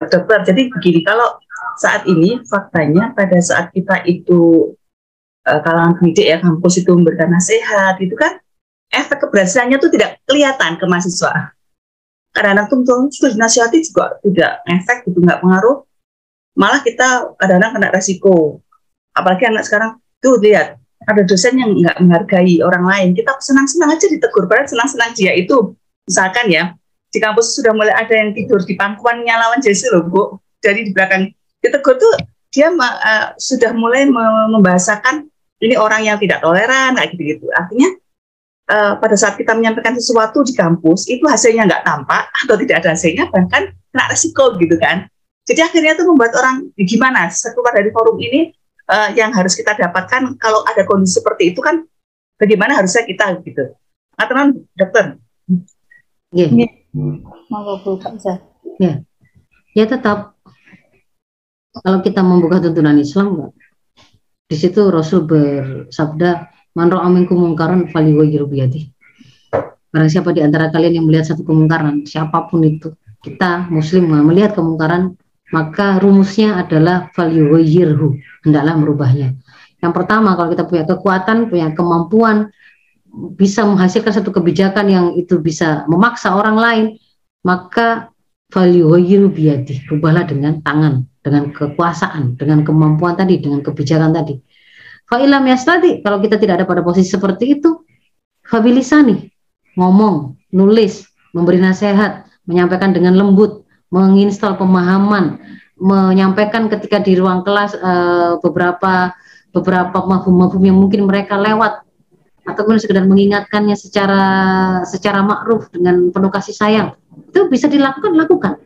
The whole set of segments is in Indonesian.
Dokter, jadi begini, kalau saat ini faktanya pada saat kita itu kalangan pendidik ya, kampus itu memberikan nasihat, itu kan efek keberhasilannya itu tidak kelihatan ke mahasiswa. Kadang-kadang tuh sudah dinasihati juga tidak efek, gitu, nggak pengaruh. Malah kita kadang-kadang kena resiko. Apalagi anak sekarang, tuh lihat, ada dosen yang nggak menghargai orang lain. Kita senang-senang aja ditegur, padahal senang-senang dia itu. Misalkan ya, di kampus sudah mulai ada yang tidur di pangkuan lawan JC loh, Bu. Jadi di belakang ditegur tuh, dia sudah mulai membahasakan ini orang yang tidak toleran, kayak gitu-gitu. Artinya, pada saat kita menyampaikan sesuatu di kampus, itu hasilnya nggak tampak, atau tidak ada hasilnya, bahkan kena resiko gitu kan. Jadi akhirnya itu membuat orang, gimana, keluar dari forum ini, yang harus kita dapatkan, kalau ada kondisi seperti itu kan, bagaimana harusnya kita gitu. Nah, teman dokter. Ya. Ya. Ya tetap, kalau kita membuka tuntunan Islam, di situ Rasul bersabda, man ra'a minkum mungkaran falyughayyirhu biyadihi. Barang siapa di antara kalian yang melihat satu kemungkaran, siapapun itu, kita muslim melihat kemungkaran, maka rumusnya adalah falyughayyirhu, hendaklah merubahnya. Yang pertama, kalau kita punya kekuatan, punya kemampuan, bisa menghasilkan satu kebijakan yang itu bisa memaksa orang lain, maka falyughayyirhu biyadihi, rubahlah dengan tangan, dengan kekuasaan, dengan kemampuan tadi, dengan kebijakan tadi. Fa ilam yastati, kalau kita tidak ada pada posisi seperti itu, fa bilisani, ngomong, nulis, memberi nasihat, menyampaikan dengan lembut, menginstal pemahaman, menyampaikan ketika di ruang kelas beberapa mafhum-mafhum yang mungkin mereka lewat, ataupun sekedar mengingatkannya secara makruf dengan penuh kasih sayang, itu bisa lakukan.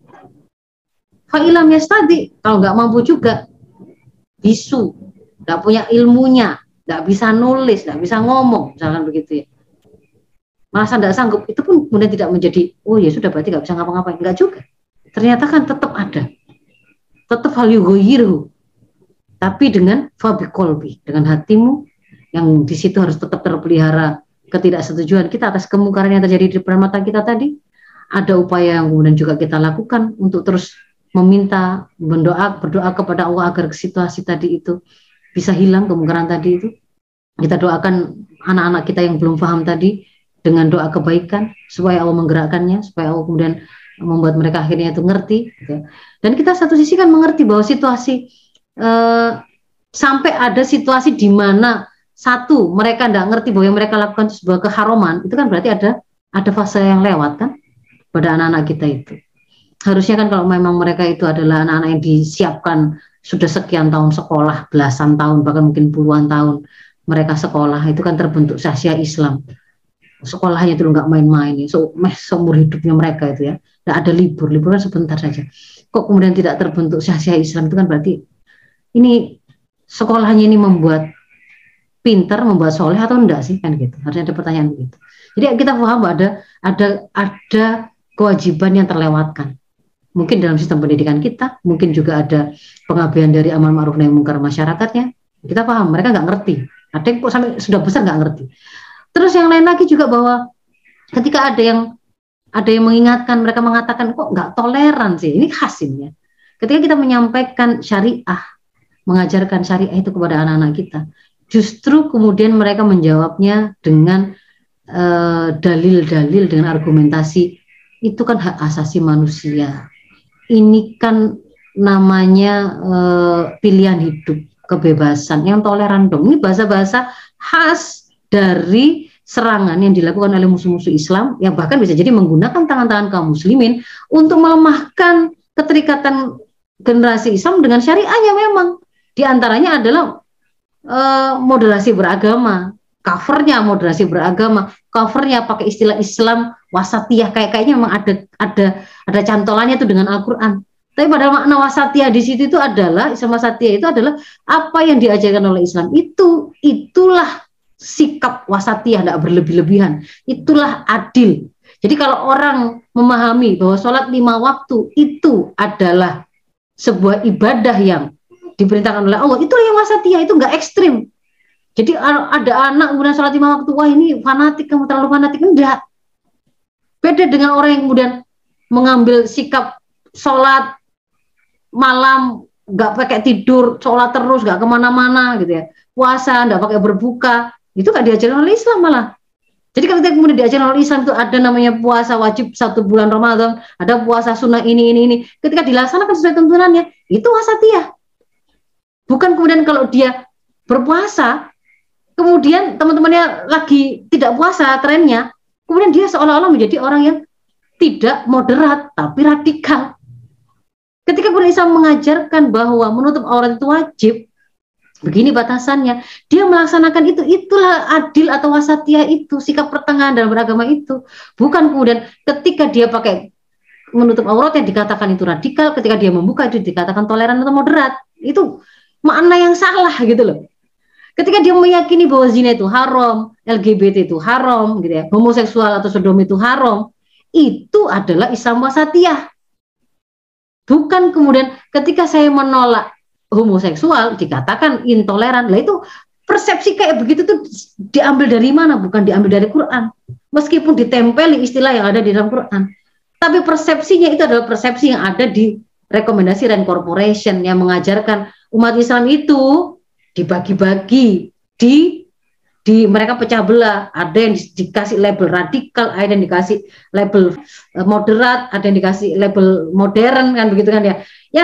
Fa ilam yastati, kalau nggak mampu juga, bisu, nggak punya ilmunya, nggak bisa nulis, nggak bisa ngomong, misalkan begitu ya, merasa nggak sanggup, itu pun kemudian tidak menjadi, oh ya sudah berarti nggak bisa ngapa-ngapain, nggak juga. Ternyata kan tetap ada, tetap falyughayyirhu, tapi dengan fabiqolbi, dengan hatimu, yang di situ harus tetap terpelihara ketidaksetujuan kita atas kemungkaran yang terjadi di depan mata kita tadi. Ada upaya yang kemudian juga kita lakukan untuk terus meminta, berdoa kepada Allah agar situasi tadi itu bisa hilang, kemungkaran tadi itu. Kita doakan anak-anak kita yang belum paham tadi dengan doa kebaikan, supaya Allah menggerakkannya, supaya Allah kemudian membuat mereka akhirnya itu ngerti gitu. Dan kita satu sisi kan mengerti bahwa situasi sampai ada situasi di mana satu, mereka tidak ngerti bahwa yang mereka lakukan itu sebuah keharuman, itu kan berarti ada fase yang lewat kan pada anak-anak kita itu. Harusnya kan kalau memang mereka itu adalah anak-anak yang disiapkan sudah sekian tahun sekolah, belasan tahun, bahkan mungkin puluhan tahun mereka sekolah, itu kan terbentuk sahsia Islam. Sekolahnya itu nggak main-main, seumur hidupnya mereka itu ya, nggak ada liburan sebentar saja. Kok kemudian tidak terbentuk sahsia Islam, itu kan berarti ini sekolahnya ini membuat pintar, membuat soleh atau enggak sih, kan gitu. Harusnya ada pertanyaan begitu. Jadi kita paham bahwa ada kewajiban yang terlewatkan. Mungkin dalam sistem pendidikan kita, mungkin juga ada pengabaian dari amal ma'ruf nahi munkar masyarakatnya. Kita paham, mereka nggak ngerti. Ada yang kok sampai sudah besar nggak ngerti. Terus yang lain lagi juga bahwa ketika ada yang mengingatkan, mereka mengatakan kok nggak toleran sih, ini khas ini ya. Ketika kita menyampaikan syariah, mengajarkan syariah itu kepada anak-anak kita, justru kemudian mereka menjawabnya dengan dalil-dalil, dengan argumentasi, itu kan hak asasi manusia. Ini kan namanya pilihan hidup, kebebasan, yang toleran dong. Ini bahasa-bahasa khas dari serangan yang dilakukan oleh musuh-musuh Islam, yang bahkan bisa jadi menggunakan tangan-tangan kaum muslimin untuk melemahkan keterikatan generasi Islam dengan syariahnya. Memang diantaranya adalah moderasi beragama, covernya moderasi beragama, covernya pakai istilah Islam wasatiyah, kayaknya memang ada cantolannya itu dengan Al-Quran. Tapi pada makna wasatiyah di situ itu adalah, Islam wasatiyah itu adalah apa yang diajarkan oleh Islam, itulah sikap wasatiyah, tidak berlebih-lebihan, itulah adil. Jadi kalau orang memahami bahwa sholat 5 waktu itu adalah sebuah ibadah yang diperintahkan oleh Allah, itulah yang wasatiyah, itu nggak ekstrim. Jadi ada anak kemudian sholat 5 waktu, wah ini fanatik, kamu terlalu fanatik, enggak. Beda dengan orang yang kemudian mengambil sikap sholat malam nggak pakai tidur, sholat terus, nggak kemana-mana gitu ya, puasa nggak pakai berbuka, itu nggak diajarin oleh Islam malah. Jadi kalau kita kemudian diajarin oleh Islam itu ada namanya puasa wajib 1 bulan Ramadan, ada puasa sunnah ini. Ketika dilaksanakan sesuai tuntunannya, itu wasatiyah. Bukan kemudian kalau dia berpuasa, kemudian teman-temannya lagi tidak puasa trennya, kemudian dia seolah-olah menjadi orang yang tidak moderat tapi radikal. Ketika kemudian Islam mengajarkan bahwa menutup aurat itu wajib, begini batasannya, dia melaksanakan itu, itulah adil atau wasatiyah, itu sikap pertengahan dalam beragama itu. Bukan kemudian ketika dia pakai menutup aurat yang dikatakan itu radikal, ketika dia membuka itu dikatakan toleran atau moderat. Itu makna yang salah gitu loh. Ketika dia meyakini bahwa zina itu haram, LGBT itu haram gitu ya, homoseksual atau sodomi itu haram, itu adalah Islam wasatiyah. Bukan kemudian ketika saya menolak homoseksual dikatakan intoleran. Lah itu persepsi kayak begitu tuh diambil dari mana? Bukan diambil dari Quran. Meskipun ditempeli istilah yang ada di dalam Quran, tapi persepsinya itu adalah persepsi yang ada di rekomendasi Rand Corporation yang mengajarkan umat Islam itu dibagi-bagi, di mereka pecah belah. Ada yang dikasih label radikal, ada yang dikasih label moderat, ada yang dikasih label modern, kan begitu kan ya.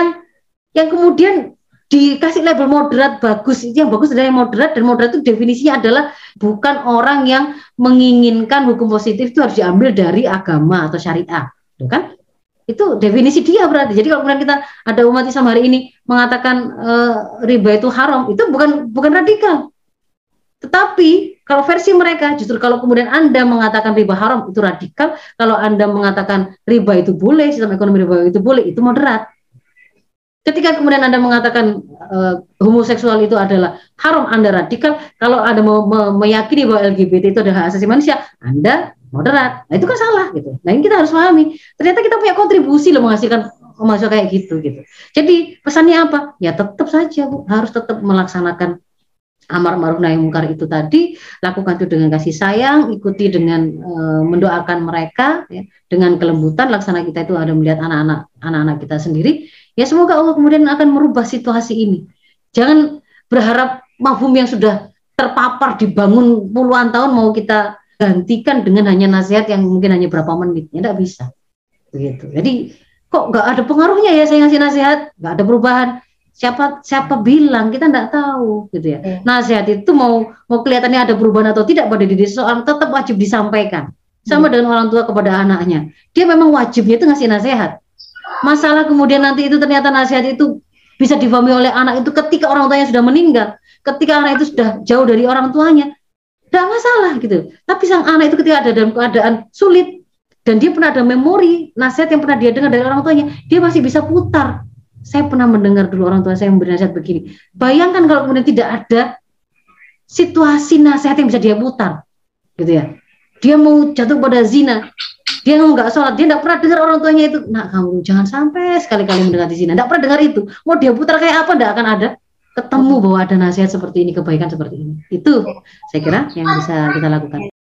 Yang kemudian dikasih label moderat bagus, itu yang bagus adalah yang moderat, dan moderat itu definisinya adalah bukan orang yang menginginkan hukum positif itu harus diambil dari agama atau syariah, kan? Itu definisi dia berarti. Jadi kalau kemudian kita ada umat Islam hari ini mengatakan riba itu haram, itu bukan radikal. Tetapi kalau versi mereka justru kalau kemudian Anda mengatakan riba haram itu radikal, kalau Anda mengatakan riba itu boleh, sistem ekonomi riba itu boleh, itu moderat. Ketika kemudian Anda mengatakan homoseksual itu adalah haram, Anda radikal. Kalau Anda meyakini bahwa LGBT itu adalah hak asasi manusia, Anda moderat. Nah itu kan salah gitu. Nah ini kita harus pahami. Ternyata kita punya kontribusi loh menghasilkan mahasiswa kayak gitu. Jadi pesannya apa? Ya tetap saja Bu, harus tetap melaksanakan amar ma'ruf nahi mungkar itu tadi, lakukan itu dengan kasih sayang, ikuti dengan mendoakan mereka ya, dengan kelembutan. Laksana kita itu ada melihat anak-anak kita sendiri. Ya semoga Allah kemudian akan merubah situasi ini. Jangan berharap mafhum yang sudah terpapar dibangun puluhan tahun mau kita gantikan dengan hanya nasihat yang mungkin hanya berapa menit. Ya tidak bisa. Begitu. Jadi kok nggak ada pengaruhnya ya saya ngasih nasihat, nggak ada perubahan. Siapa bilang, kita tidak tahu gitu ya. Nasihat itu mau kelihatannya ada perubahan atau tidak pada diri seseorang tetap wajib disampaikan. Sama dengan orang tua kepada anaknya. Dia memang wajibnya itu ngasih nasihat. Masalah kemudian nanti itu ternyata nasihat itu bisa difahami oleh anak itu ketika orang tuanya sudah meninggal, ketika anak itu sudah jauh dari orang tuanya, tidak masalah gitu. Tapi sang anak itu ketika ada dalam keadaan sulit dan dia pernah ada memori nasihat yang pernah dia dengar dari orang tuanya, dia masih bisa putar. Saya pernah mendengar dulu orang tua saya memberi nasihat begini. Bayangkan kalau kemudian tidak ada situasi nasihat yang bisa dia putar, gitu ya. Dia mau jatuh pada zina, dia nggak sholat, dia nggak pernah dengar orang tuanya itu, nak kamu jangan sampai sekali-kali mendekati zina, nggak pernah dengar itu. Mau dia putar kayak apa, nggak akan ada ketemu bahwa ada nasihat seperti ini, kebaikan seperti ini. Itu saya kira yang bisa kita lakukan.